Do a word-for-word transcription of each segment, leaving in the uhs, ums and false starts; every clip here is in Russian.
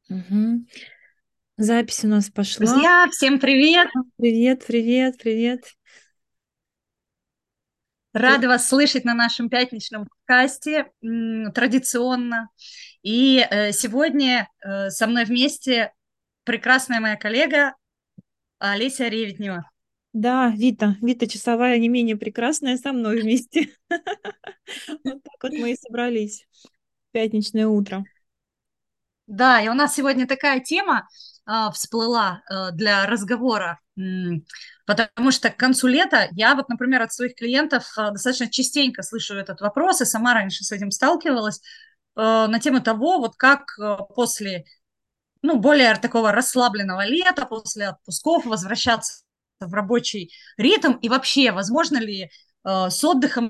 Мгм. Запись у нас пошла. Друзья, всем привет! Привет, привет, привет. Ты- Рада вас слышать на нашем пятничном подкасте м, традиционно. И э, сегодня э, со мной вместе прекрасная моя коллега Олеся Ревитнева. Да, Вита, Вита часовая не менее прекрасная со мной вместе. Вот так вот мы и собрались. Пятничное утро. Да, и у нас сегодня такая тема а, всплыла а, для разговора, м, потому что к концу лета я вот, например, от своих клиентов а, достаточно частенько слышу этот вопрос, и сама раньше с этим сталкивалась, а, на тему того, вот как а, после ну, более такого расслабленного лета, после отпусков возвращаться в рабочий ритм, и вообще, возможно ли э, с отдыхом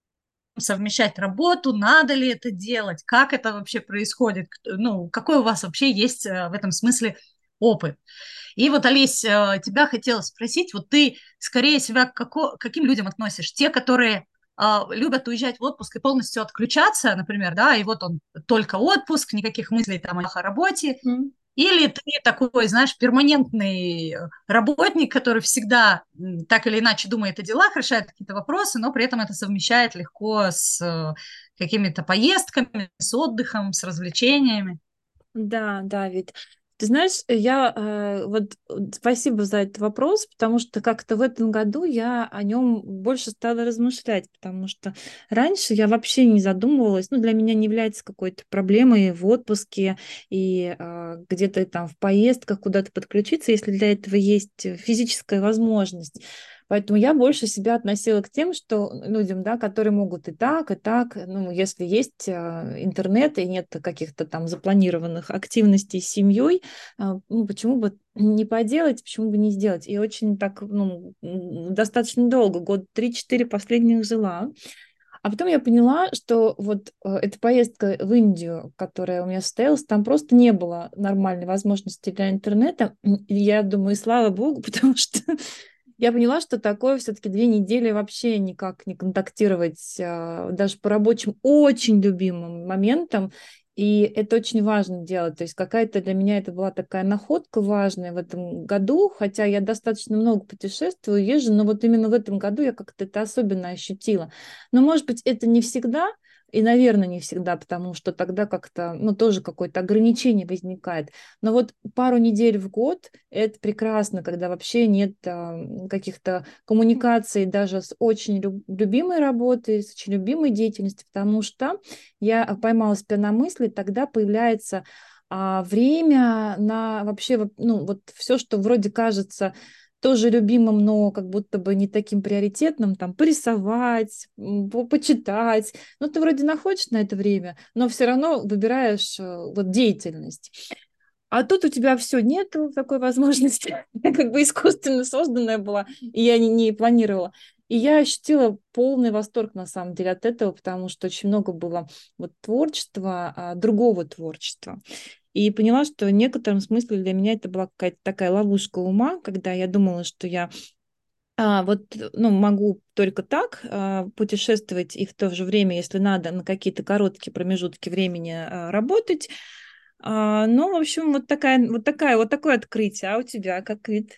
совмещать работу, надо ли это делать, как это вообще происходит, ну, какой у вас вообще есть э, в этом смысле опыт. И вот, Олесь, э, тебя хотела спросить, вот ты скорее себя к како- каким людям относишь? Те, которые э, любят уезжать в отпуск и полностью отключаться, например, да, и вот он только отпуск, никаких мыслей там о работе, М. или ты такой, знаешь, перманентный работник, который всегда м, так или иначе думает о делах, решает какие-то вопросы, но при этом это совмещает легко с э, какими-то поездками, с отдыхом, с развлечениями. Да, да, Вит. Ты знаешь, я э, вот э, спасибо за этот вопрос, потому что как-то в этом году я о нем больше стала размышлять, потому что раньше я вообще не задумывалась, ну, для меня не является какой-то проблемой в отпуске и э, где-то там в поездках куда-то подключиться, если для этого есть физическая возможность. Поэтому я больше себя относила к тем, что людям, да, которые могут и так, и так, ну, если есть а, интернет и нет каких-то там запланированных активностей с семьей, а, ну, почему бы не поделать, почему бы не сделать? И очень так, ну, м, достаточно долго, год три-четыре последних жила. А потом я поняла, что вот э, эта поездка в Индию, которая у меня состоялась, там просто не было нормальной возможности для интернета. И я думаю, слава богу, потому что я поняла, что такое все-таки две недели вообще никак не контактировать, а, даже по рабочим очень любимым моментам. И это очень важно делать. То есть какая-то для меня это была такая находка важная в этом году, хотя я достаточно много путешествую, езжу, но вот именно в этом году я как-то это особенно ощутила. Но, может быть, это не всегда, и, наверное, не всегда, потому что тогда как-то, ну, тоже какое-то ограничение возникает. Но вот пару недель в год это прекрасно, когда вообще нет а, каких-то коммуникаций даже с очень люб- любимой работой, с очень любимой деятельностью, потому что я поймала себя на мысли, тогда появляется а, время на вообще, вот, ну, вот все, что вроде кажется тоже любимым, но как будто бы не таким приоритетным, там, порисовать, м, по- почитать. Ну, ты вроде находишь на это время, но все равно выбираешь э, вот деятельность. А тут у тебя все нету такой возможности, как бы искусственно созданная была, и я не, не планировала. И я ощутила полный восторг, на самом деле, от этого, потому что очень много было вот творчества, а, другого творчества. И поняла, что в некотором смысле для меня это была какая-то такая ловушка ума, когда я думала, что я а, вот, ну, могу только так а, путешествовать и в то же время, если надо, на какие-то короткие промежутки времени а, работать. А, ну, в общем, вот такая, вот такая, вот такое открытие. А у тебя как вид?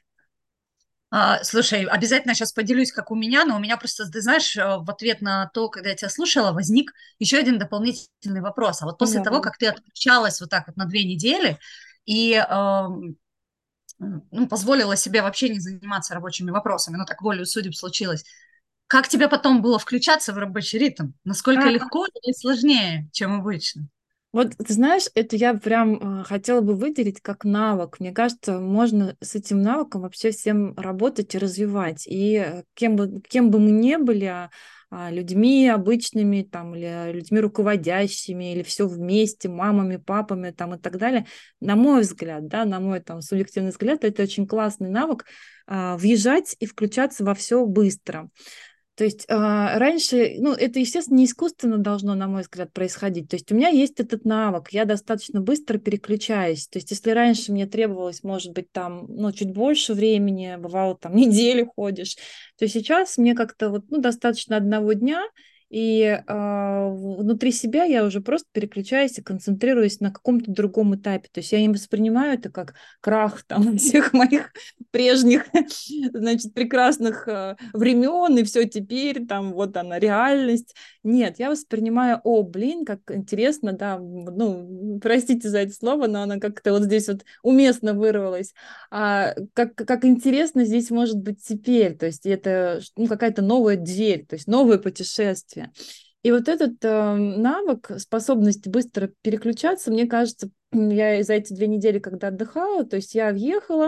А, слушай, обязательно сейчас поделюсь, как у меня, но у меня просто, ты знаешь, э, в ответ на то, когда я тебя слушала, возник еще один дополнительный вопрос. А вот после того, Давай. как ты отключалась вот так вот на две недели и эм, ну, позволила себе вообще не заниматься рабочими вопросами, ну, так волею судеб случилось. Как тебе потом было включаться в рабочий ритм? Насколько А, легко или сложнее, чем обычно? вот, ты знаешь, это я прям а, хотела бы выделить как навык. Мне кажется, можно с этим навыком вообще всем работать и развивать. И э, кем бы, кем бы мы ни были, а, а, людьми обычными, там, или людьми руководящими, или все вместе, мамами, папами, там, и так далее, на мой взгляд, да, на мой там субъективный взгляд, это очень классный навык а, въезжать и включаться во все быстро. То есть а, раньше, ну, это, естественно, не искусственно должно, на мой взгляд, происходить. То есть у меня есть этот навык, я достаточно быстро переключаюсь. То есть если раньше мне требовалось, может быть, там, ну, чуть больше времени, бывало, там, неделю ходишь, то сейчас мне как-то вот, ну, достаточно одного дня, и э, внутри себя я уже просто переключаюсь и концентрируюсь на каком-то другом этапе. То есть я не воспринимаю это как крах там всех моих прежних, значит, прекрасных э, времен, и все теперь, там, вот она, реальность. Нет, я воспринимаю, о, блин, как интересно, да, ну, простите за это слово, но она как-то вот здесь вот уместно вырвалась. А, как, как интересно здесь может быть теперь, то есть это ну, какая-то новая дверь, то есть новое путешествие. И вот этот э, навык, способность быстро переключаться, мне кажется, я за эти две недели, когда отдыхала, то есть я въехала,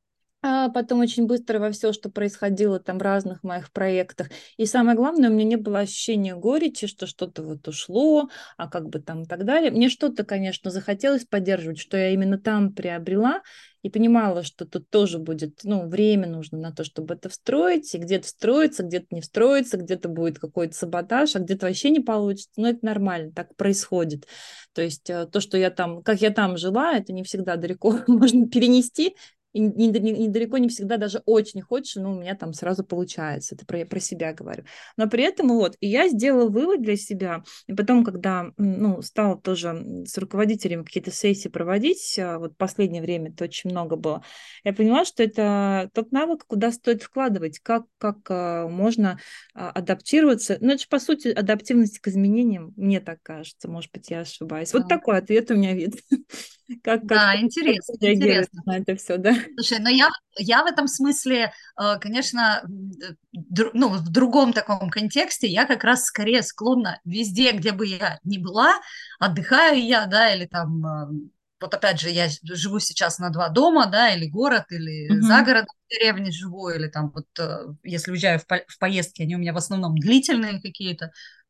а потом очень быстро во все, что происходило там в разных моих проектах. И самое главное, у меня не было ощущения горечи, что что-то вот ушло, а как бы там и так далее. Мне что-то, конечно, захотелось поддерживать, что я именно там приобрела, и понимала, что тут тоже будет, ну, время нужно на то, чтобы это встроить, и где-то встроится, где-то не встроится, где-то будет какой-то саботаж, а где-то вообще не получится. Но это нормально, так происходит. То есть э, то, что я там, как я там жила, это не всегда далеко можно перенести, и не- не- недалеко не всегда даже очень хочешь, но у меня там сразу получается. Это про, про себя говорю. Но при этом вот, и я сделала вывод для себя, и потом, когда, м, ну, стала тоже м, с руководителями какие-то сессии проводить, а, вот последнее время это очень много было, я поняла, что это тот навык, куда стоит вкладывать, как, как а, можно а, адаптироваться. Ну, это же, по сути, адаптивность к изменениям, мне так кажется, может быть, я ошибаюсь. Вот Да, такой ответ у меня вид. Как, как, да, как интересно, ты реагируешь интересно. на это все, да? Слушай, но я, я в этом смысле, э, конечно, м, э, дру- ну, в другом таком контексте, я как раз скорее склонна везде, где бы я ни была, отдыхаю я, да, или там, э, вот опять же, я живу сейчас на два дома, да, или город, или за Мгм. городом в деревне живу, или там вот, э, если уезжаю в, по- в поездки, они у меня в основном длительные какие-то.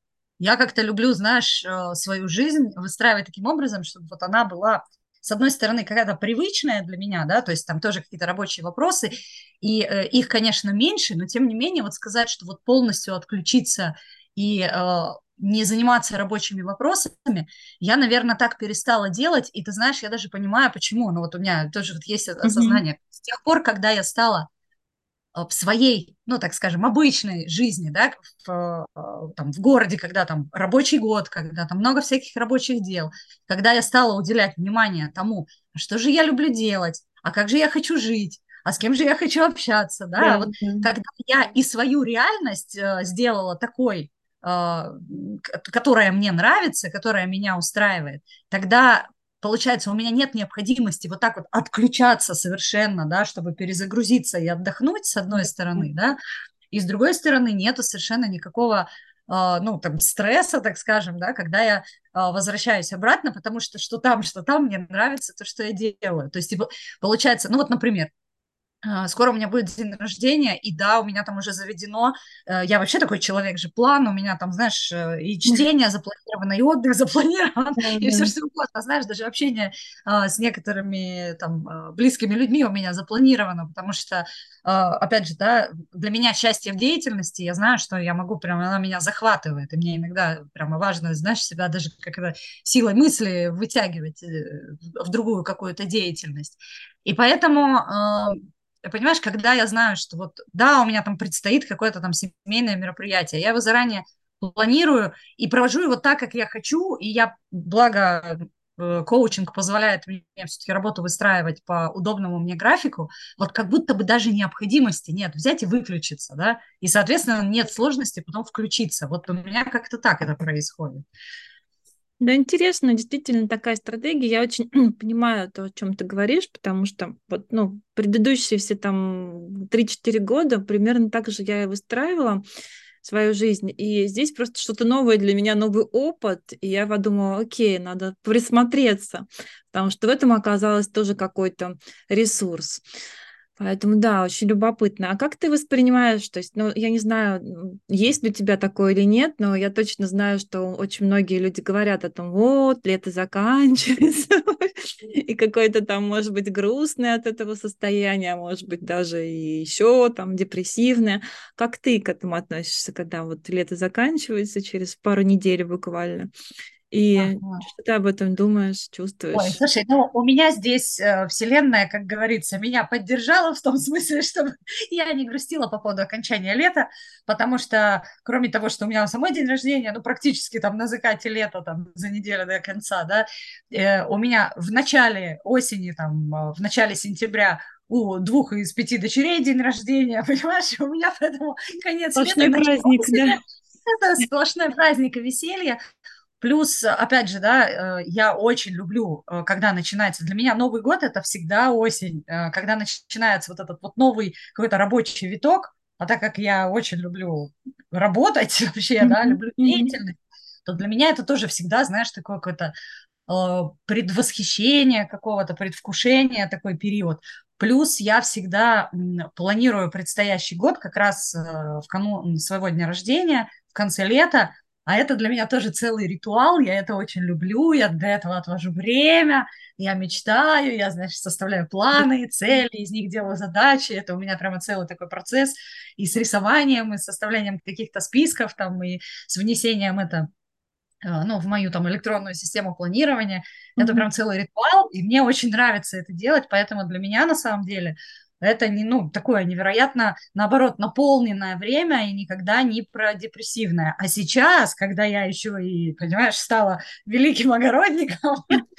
Я как-то люблю, знаешь, э, свою жизнь выстраивать таким образом, чтобы вот она была, с одной стороны, какая-то привычная для меня, да, то есть там тоже какие-то рабочие вопросы, и э, их, конечно, меньше, но тем не менее вот сказать, что вот полностью отключиться и э, не заниматься рабочими вопросами, я, наверное, так перестала делать, и ты знаешь, я даже понимаю, почему, ну вот у меня тоже вот есть Мгм. осознание. С тех пор, когда я стала в своей, ну, так скажем, обычной жизни, да, в, э, там, в городе, когда там рабочий год, когда там много всяких рабочих дел, когда я стала уделять внимание тому, а что же я люблю делать, а как же я хочу жить, а с кем же я хочу общаться, да, Да, вот да. когда я и свою реальность э, сделала такой, э, к- которая мне нравится, которая меня устраивает, тогда получается, у меня нет необходимости вот так вот отключаться совершенно, да, чтобы перезагрузиться и отдохнуть, с одной Да. стороны, да, и с другой стороны нету совершенно никакого, а, ну, там, стресса, так скажем, да, когда я а, возвращаюсь обратно, потому что что там, что там, мне нравится то, что я делаю. То есть, типа, получается, ну, вот, например, а, скоро у меня будет день рождения, и да, у меня там уже заведено, э, я вообще такой человек же, план, у меня там, знаешь, э, и чтение запланировано, и отдых запланирован, Да, и все да. что угодно, знаешь, даже общение а, с некоторыми там а, близкими людьми у меня запланировано, потому что, а, опять же, да, для меня счастье в деятельности, я знаю, что я могу, прям она меня захватывает, и мне иногда прямо важно, знаешь, себя даже как-то силой мысли вытягивать э, в другую какую-то деятельность. И поэтому а, понимаешь, когда я знаю, что вот, да, у меня там предстоит какое-то там семейное мероприятие, я его заранее планирую и провожу его так, как я хочу, и я, благо, э, коучинг позволяет мне все-таки работу выстраивать по удобному мне графику, вот как будто бы даже необходимости нет взять и выключиться, да, и, соответственно, нет сложности потом включиться. Вот у меня как-то так это происходит. Да, интересно, действительно такая стратегия. Я очень понимаю то, о чем ты говоришь, потому что вот, ну, предыдущие все там три-четыре года примерно так же я и выстраивала свою жизнь. И здесь просто что-то новое для меня, новый опыт. И я подумала, окей, надо присмотреться, потому что в этом оказалось тоже какой-то ресурс. Поэтому да, очень любопытно. А как ты воспринимаешь, то есть, ну, я не знаю, м, есть ли у тебя такое или нет, но я точно знаю, что очень многие люди говорят о том, вот, лето заканчивается, и какое-то там, может быть, грустное от этого состояния, а может быть, даже и еще там депрессивное. Как ты к этому относишься, когда вот лето заканчивается через пару недель буквально? И Ага. что ты об этом думаешь, Ой, чувствуешь? слушай, ну у меня здесь э, вселенная, как говорится, меня поддержала в том смысле, чтобы я не грустила по поводу окончания лета, потому что кроме того, что у меня самой день рождения, ну практически там на закате лета, там за неделю до конца, да, э, у меня в начале осени, там э, в начале сентября у двух из пяти дочерей день рождения, понимаешь, у меня поэтому конец лета и Сплошной начало праздник, да. осени, это сплошной праздник и веселье. Плюс, опять же, да, э, я очень люблю, э, когда начинается, для меня Новый год – это всегда осень, э, когда начинается вот этот вот новый какой-то рабочий виток, а так как я очень люблю работать вообще, да, Мгм, люблю мгм. деятельность, то для меня это тоже всегда, знаешь, такое какое-то э, предвосхищение какого-то, предвкушение, такой период. Плюс я всегда м, планирую предстоящий год как раз э, в канун своего дня рождения, в конце лета, а это для меня тоже целый ритуал, я это очень люблю, я для этого отвожу время, я мечтаю, я, значит, составляю Да. планы, цели, из них делаю задачи, это у меня прямо целый такой процесс и с рисованием, и с составлением каких-то списков, там, и с внесением это э, ну, в мою там электронную систему планирования. Это Мгм. прям целый ритуал, и мне очень нравится это делать, поэтому для меня на самом деле это не, ну, такое невероятно, наоборот, наполненное время и никогда не про депрессивное. А сейчас, когда я еще и, понимаешь, стала великим огородником,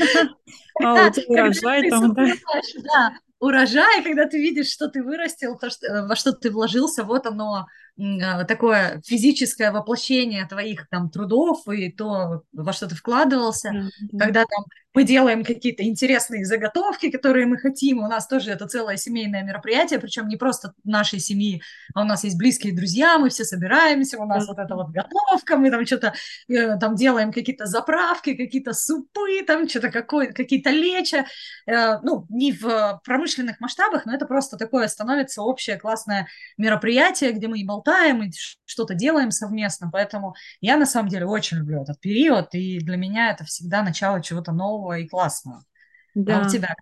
А у когда, тебя когда урожай ты там, да? созреваешь, да, урожай, когда ты видишь, что ты вырастил, то, что, э, во что ты вложился, вот оно, м, а, такое физическое воплощение твоих там трудов и то, во что ты вкладывался, Да, да. когда там мы делаем какие-то интересные заготовки, которые мы хотим, у нас тоже это целое семейное мероприятие, причем не просто нашей семьи, а у нас есть близкие друзья, мы все собираемся, у нас вот Да. эта вот готовка, мы там что-то э, там делаем какие-то заправки, какие-то супы, там что-то какое, какие-то лечо, э, ну, не в промышленных масштабах, но это просто такое становится общее классное мероприятие, где мы и болтаем, и что-то делаем совместно, поэтому я на самом деле очень люблю этот период, и для меня это всегда начало чего-то нового и классного. А у Да. тебя?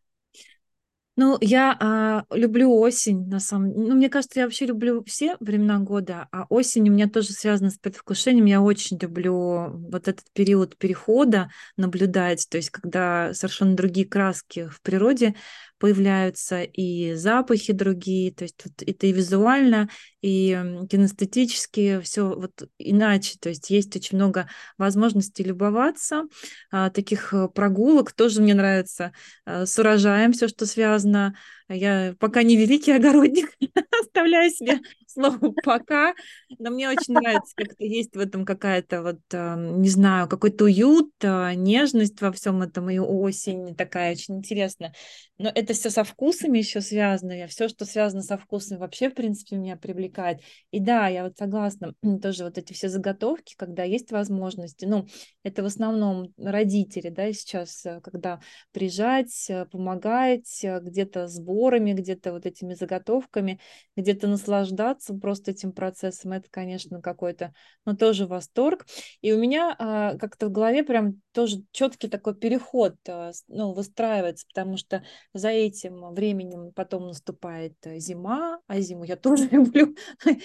Ну, я а, люблю осень, на самом деле. Ну, мне кажется, я вообще люблю все времена года, а осень у меня тоже связана с предвкушением. Я очень люблю вот этот период перехода наблюдать, то есть когда совершенно другие краски в природе появляются, и запахи другие, то есть вот это и визуально, и м, кинестетически все вот иначе, то есть есть очень много возможностей любоваться, а, таких э, прогулок тоже мне нравится э, с урожаем, все, что связано. Я пока не великий огородник, оставляю себе слово «пока», но мне очень нравится, как-то есть в этом какая-то вот, э, не знаю, какой-то уют, э, нежность во всем этом, и осень такая очень интересная. Но это все со вкусами еще связано, все, что связано со вкусом, вообще, в принципе, меня привлекает. И да, я вот согласна, тоже вот эти все заготовки, когда есть возможности, ну, это в основном родители, да, сейчас, э, когда приезжать, э, помогать, э, где-то сборами, где-то вот этими заготовками, где-то наслаждаться просто этим процессом. Это, конечно, какой-то, но тоже восторг. И у меня а, как-то в голове прям тоже четкий такой переход, а, с- ну, выстраивается, потому что за этим временем потом наступает э, зима, а зиму я тоже люблю.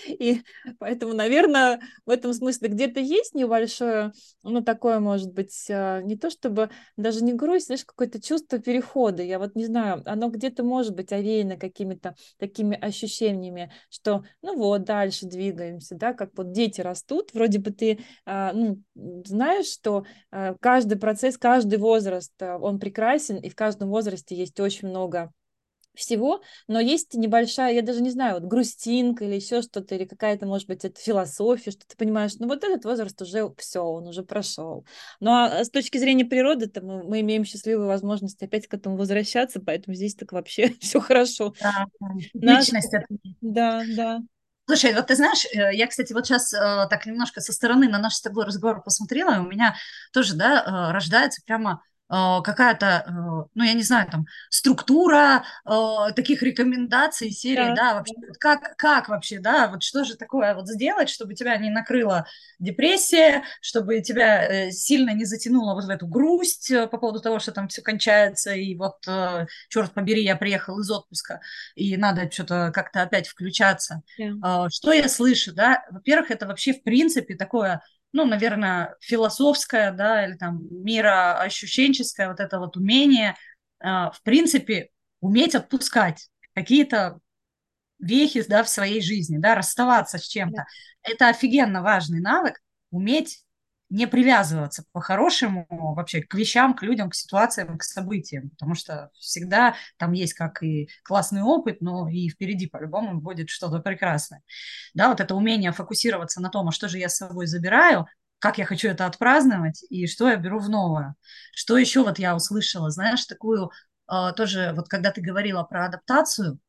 И поэтому, наверное, в этом смысле где-то есть небольшое, ну, такое, может быть, а, не то чтобы даже не грусть, знаешь, какое-то чувство перехода. Я вот не знаю, оно где-то может быть овеяно какими-то такими ощущениями, что ну вот, дальше двигаемся, да, как вот дети растут, вроде бы ты, а, ну, знаешь, что а, каждый процесс, каждый возраст, а, он прекрасен, и в каждом возрасте есть очень много всего, но есть небольшая, я даже не знаю, вот грустинка или еще что-то, или какая-то, может быть, это философия, что ты понимаешь, ну вот этот возраст уже все, он уже прошел. Ну а с точки зрения природы-то мы, мы имеем счастливую возможность опять к этому возвращаться, поэтому здесь так вообще все хорошо. Да, Наш... цикличность это. Да, да, Слушай, вот ты знаешь, э, я, кстати, вот сейчас так немножко со стороны на наш с тобой разговор посмотрела, и у меня тоже, да, э, рождается прямо э, какая-то, э, ну, я не знаю, там, структура э, таких рекомендаций серии, да, да, да, вообще, вот как, как вообще, да, вот что же такое вот сделать, чтобы тебя не накрыла депрессия, чтобы тебя э, сильно не затянуло вот в эту грусть э, по поводу того, что там все кончается, и вот, э, черт побери, я приехал из отпуска, и надо что-то как-то опять включаться. да. А, Что я слышу, да? Во-первых, это вообще в принципе такое, ну, наверное, философское, да, или там мироощущенческое вот это вот умение, а, в принципе, уметь отпускать какие-то вехи, да, в своей жизни, да, расставаться с Да. чем-то. Это офигенно важный навык, уметь не привязываться по-хорошему вообще к вещам, к людям, к ситуациям, к событиям, потому что всегда там есть как и классный опыт, но и впереди по-любому будет что-то прекрасное. Да, вот это умение фокусироваться на том, а что же я с собой забираю, как я хочу это отпраздновать и что я беру в новое. Что еще вот я услышала, знаешь, такую э, тоже, вот когда ты говорила про адаптацию,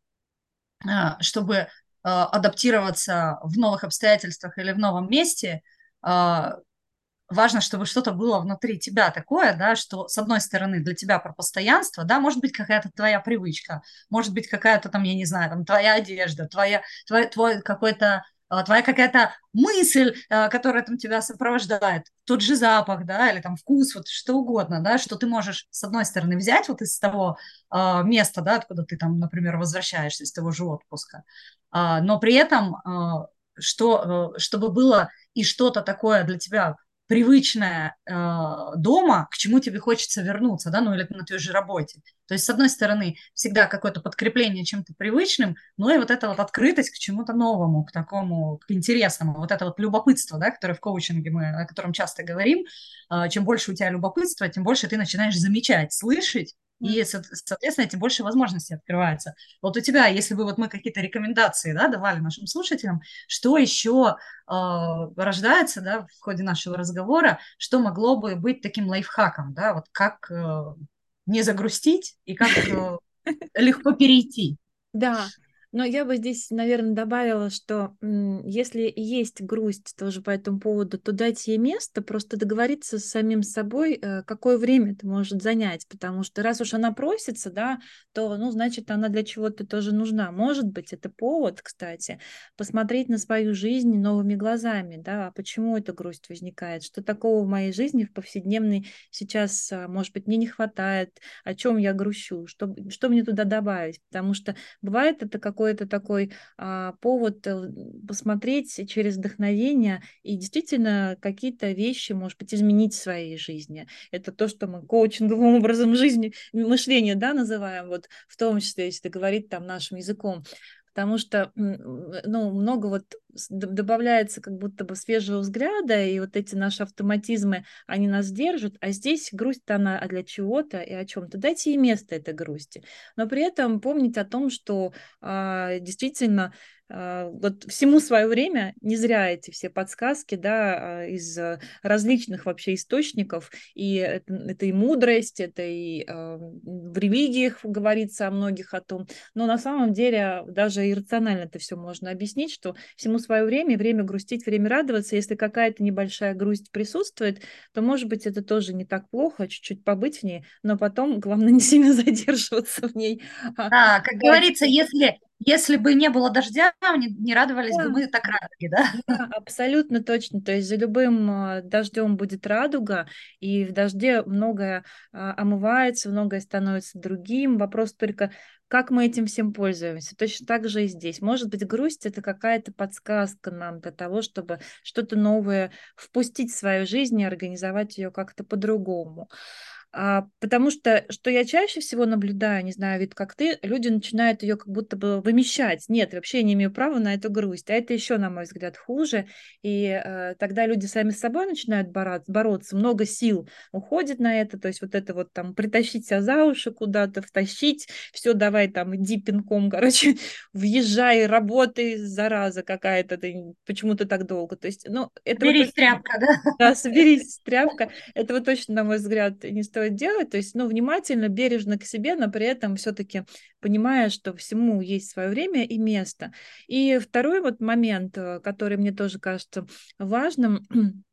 а, чтобы а, адаптироваться в новых обстоятельствах или в новом месте, а, важно, чтобы что-то было внутри тебя такое, да, что, с одной стороны, для тебя про постоянство, да, может быть, какая-то твоя привычка, может быть, какая-то там, я не знаю, там, твоя одежда, твоя, твой, твой какой-то а, твоя какая-то мысль, а, которая там тебя сопровождает, тот же запах, да, или там вкус, вот что угодно, да, что ты можешь, с одной стороны, взять вот из того а, места, да, откуда ты там, например, возвращаешься, из того же отпуска, а, но при этом, а, что, а, чтобы было и что-то такое для тебя привычное э, дома, к чему тебе хочется вернуться, да, ну или на той же работе. То есть, с одной стороны, всегда какое-то подкрепление чем-то привычным, но и вот эта вот открытость к чему-то новому, к такому, к интересному, вот это вот любопытство, да, которое в коучинге мы, о котором часто говорим, э, чем больше у тебя любопытства, тем больше ты начинаешь замечать, слышать, и, соответственно, тем больше возможностей открывается. Вот у тебя, если бы вот мы какие-то рекомендации, да, давали нашим слушателям, что еще э, рождается, да, в ходе нашего разговора, что могло бы быть таким лайфхаком, да, вот как э, не загрустить и как э, легко перейти. Да, но я бы здесь, наверное, добавила, что м, если и есть грусть тоже по этому поводу, то дать ей место, просто договориться с самим собой, э, какое время это может занять, потому что раз уж она просится, да, то, ну, значит, она для чего-то тоже нужна. Может быть, это повод, кстати, посмотреть на свою жизнь новыми глазами, да, а почему эта грусть возникает, что такого в моей жизни в повседневной сейчас, а, может быть, мне не хватает, о чем я грущу, что, что мне туда добавить, потому что бывает это какой-то такой а, повод э, посмотреть через вдохновение и действительно какие-то вещи, может быть, изменить в своей жизни. Это то, что мы коучинговым образом жизни, мышления, да, называем, вот в том числе, если говорить там нашим языком. Потому что, ну, много вот добавляется как будто бы свежего взгляда, и вот эти наши автоматизмы, они нас держат, а здесь грусть, она для чего-то и о чем-то. Дайте ей место этой грусти. Но при этом помнить о том, что а, действительно а, вот всему свое время, не зря эти все подсказки, да, а, из а, различных вообще источников, и это, это и мудрость, это и а, в религиях говорится о многих о том, но на самом деле даже иррационально это все можно объяснить, что всему свое время, время грустить, время радоваться. Если какая-то небольшая грусть присутствует, то, может быть, это тоже не так плохо, чуть-чуть побыть в ней, но потом, главное, не сильно задерживаться в ней. А, Да, как ради- говорится, если, если бы не было дождя, не, не радовались бы Да, мы так радуги, да? да, абсолютно точно. То есть за любым а, дождем будет радуга, и в дожде многое а, омывается, многое становится другим. Вопрос только, как мы этим всем пользуемся. Точно так же и здесь. Может быть, грусть — это какая-то подсказка нам для того, чтобы что-то новое впустить в свою жизнь и организовать ее как-то по-другому. А, потому что, что я чаще всего наблюдаю, не знаю, вид как ты, люди начинают ее как будто бы вымещать. Нет, вообще я не имею права на эту грусть. А это еще, на мой взгляд, хуже. И э, тогда люди сами с собой начинают бора- бороться, много сил уходит на это. То есть вот это вот там притащить себя за уши куда-то, втащить, все, давай там иди пинком, короче, въезжай, работай, зараза какая-то, ты, почему ты так долго. То есть, ну, этого Берись, точно... тряпка, да? Да, соберись, тряпка. Этого точно, на мой взгляд, не стоит делать. То есть, ну, внимательно, бережно к себе, но при этом все-таки понимая, что всему есть свое время и место. И второй вот момент, э, который мне тоже кажется важным,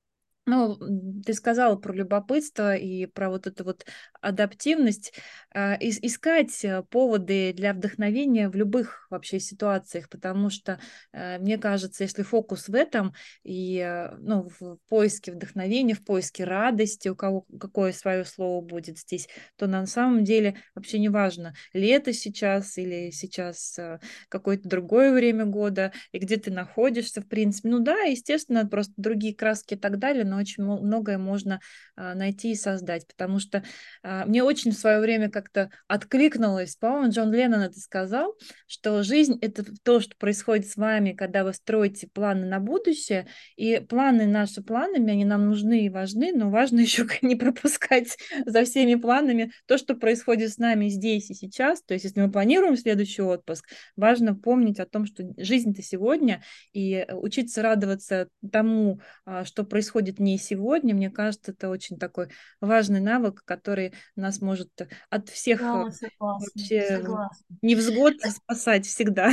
Ну, ты сказала про любопытство и про вот эту вот адаптивность. А, ис- Искать э, поводы для вдохновения в любых вообще ситуациях, потому что, э, мне кажется, если фокус в этом и, э, ну, в поиске вдохновения, в поиске радости, у кого какое свое слово будет здесь, то на самом деле вообще не важно, лето сейчас или сейчас э, какое-то другое время года, и где ты находишься, в принципе. Ну да, естественно, просто другие краски и так далее, но очень мо- многое можно а, найти и создать, потому что а, мне очень в свое время как-то откликнулось, по-моему, Джон Леннон это сказал, что жизнь — это то, что происходит с вами, когда вы строите планы на будущее, и планы наши планами, они нам нужны и важны, но важно еще не пропускать за всеми планами то, что происходит с нами здесь и сейчас. То есть, если мы планируем следующий отпуск, важно помнить о том, что жизнь-то сегодня, и э, учиться радоваться тому, а, что происходит не сегодня, мне кажется, это очень такой важный навык, который нас может от всех э, Да, согласна, вообще согласна. невзгод спасать всегда.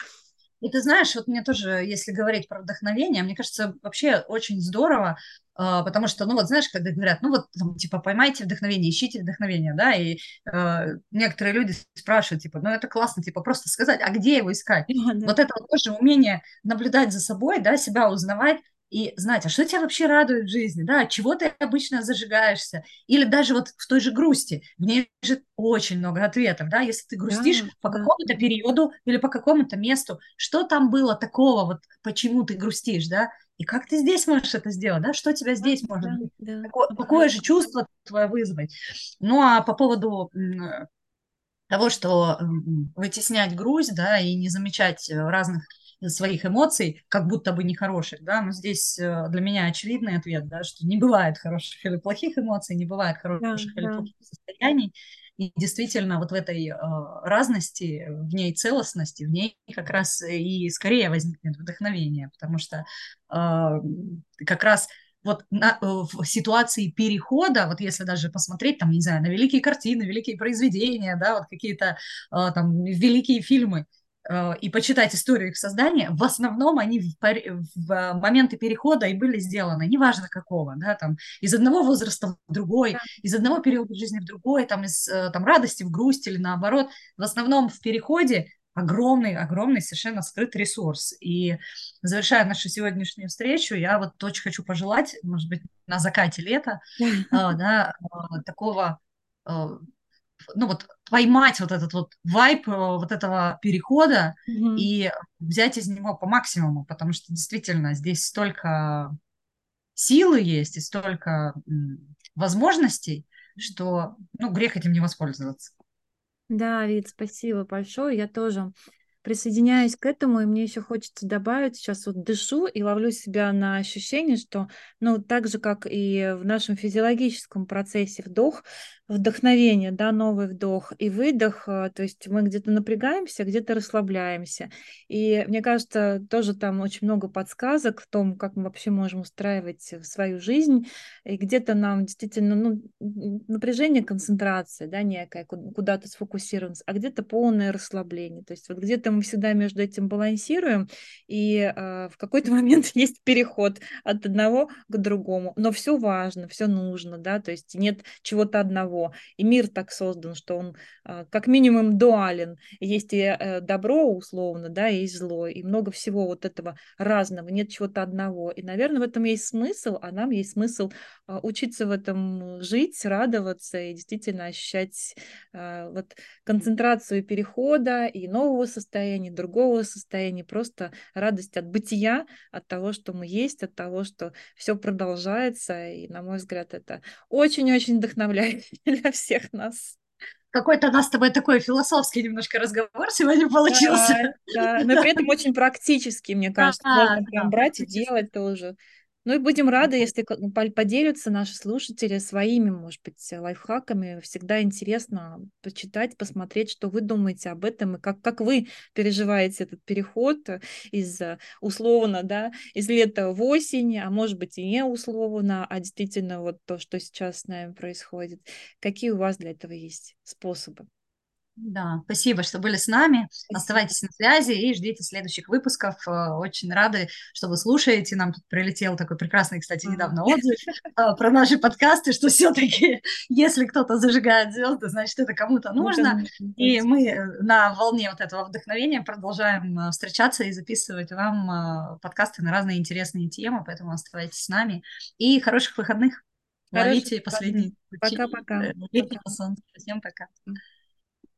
И ты знаешь, вот мне тоже, если говорить про вдохновение, мне кажется, вообще очень здорово, а, потому что, ну вот знаешь, когда говорят, ну вот, там, типа, поймайте вдохновение, ищите вдохновение, да, и э, некоторые люди спрашивают, типа, ну это классно, типа, просто сказать, а где его искать? Да, да. Вот это вот тоже умение наблюдать за собой, да, себя узнавать и знать, а что тебя вообще радует в жизни, да, от чего ты обычно зажигаешься, или даже вот в той же грусти, в ней же очень много ответов, да, если ты Да, грустишь по да, какому-то периоду или по какому-то месту, что там было такого, вот почему ты грустишь, да, и как ты здесь можешь это сделать, да, что тебя да, здесь может да, быть, да, какое, какое же абсолютно. чувство твое вызвать. Ну, а по поводу м, того, что м, вытеснять грусть, да, и не замечать э, разных своих эмоций, как будто бы нехороших, да, но здесь э, для меня очевидный ответ, да, что не бывает хороших или плохих эмоций, не бывает Да, хороших или да, плохих состояний, и действительно вот в этой э, разности, в ней целостности, в ней как раз и скорее возникнет вдохновение, потому что э, как раз вот на, э, в ситуации перехода, вот если даже посмотреть, там, не знаю, на великие картины, великие произведения, да, вот какие-то э, там великие фильмы, э, и почитать историю их создания, в основном они в, пор- в э, моменты перехода и были сделаны, неважно какого, да, там, из одного возраста в другой, да, из одного периода жизни в другой, там, из э, там, радости в грусть или наоборот, в основном в переходе огромный, огромный совершенно скрытый ресурс. И завершая нашу сегодняшнюю встречу, я вот очень хочу пожелать, может быть, на закате лета, а, да, а, такого, а, ну вот поймать вот этот вот вайп а, вот этого перехода Мгм. и взять из него по максимуму, потому что действительно здесь столько силы есть и столько м, возможностей, что, ну, грех этим не воспользоваться. Да, Вит, спасибо большое. Я тоже присоединяюсь к этому, и мне еще хочется добавить, сейчас вот дышу и ловлю себя на ощущение, что, ну, так же, как и в нашем физиологическом процессе вдох, вдохновение, да, новый вдох и выдох, а, то есть мы где-то напрягаемся, где-то расслабляемся. И мне кажется, тоже там очень много подсказок в том, как мы вообще можем устраивать свою жизнь, и где-то нам действительно, ну, н- напряжение, концентрация, да, некая, ку- куда-то сфокусироваться, а где-то полное расслабление. То есть вот где-то мы всегда между этим балансируем, и а, в какой-то момент есть переход от одного к другому. Но все важно, все нужно, да, то есть нет чего-то одного. И мир так создан, что он а, как минимум дуален. Есть и э, добро условно, да, и есть зло, и много всего вот этого разного, нет чего-то одного. И, наверное, в этом есть смысл, а нам есть смысл а, учиться в этом жить, радоваться и действительно ощущать а, вот концентрацию перехода и нового состояния, другого состояния, просто радость от бытия, от того, что мы есть, от того, что все продолжается. И, на мой взгляд, это очень-очень вдохновляет для всех нас. Какой-то у нас с тобой такой философский немножко разговор сегодня Да, получился. да, но при этом очень практически, мне Да, кажется, можно да, прям брать и практически. делать тоже. Ну и будем рады, если ко- ну, по- поделятся наши слушатели своими, может быть, лайфхаками. Всегда интересно почитать, посмотреть, что вы думаете об этом и как, как вы переживаете этот переход э, из э, условно, да, из лета в осень, а может быть и не условно, а действительно вот то, что сейчас с нами происходит. Какие у вас для этого есть способы? Да, спасибо, что были с нами. Спасибо. Оставайтесь на связи и ждите следующих выпусков. Э, Очень рады, что вы слушаете. Нам тут прилетел такой прекрасный, кстати, Ага. недавно отзыв э, про наши подкасты, что все-таки, если кто-то зажигает звезды, значит, это кому-то Это нужно. нужно, И точно. мы э, на волне вот этого вдохновения продолжаем э, встречаться и записывать вам э, подкасты на разные интересные темы, поэтому оставайтесь с нами. И хороших выходных. Хороших Ловите выходных. последние лучи Пока-пока. э, Пока. летнего солнца. Всем пока.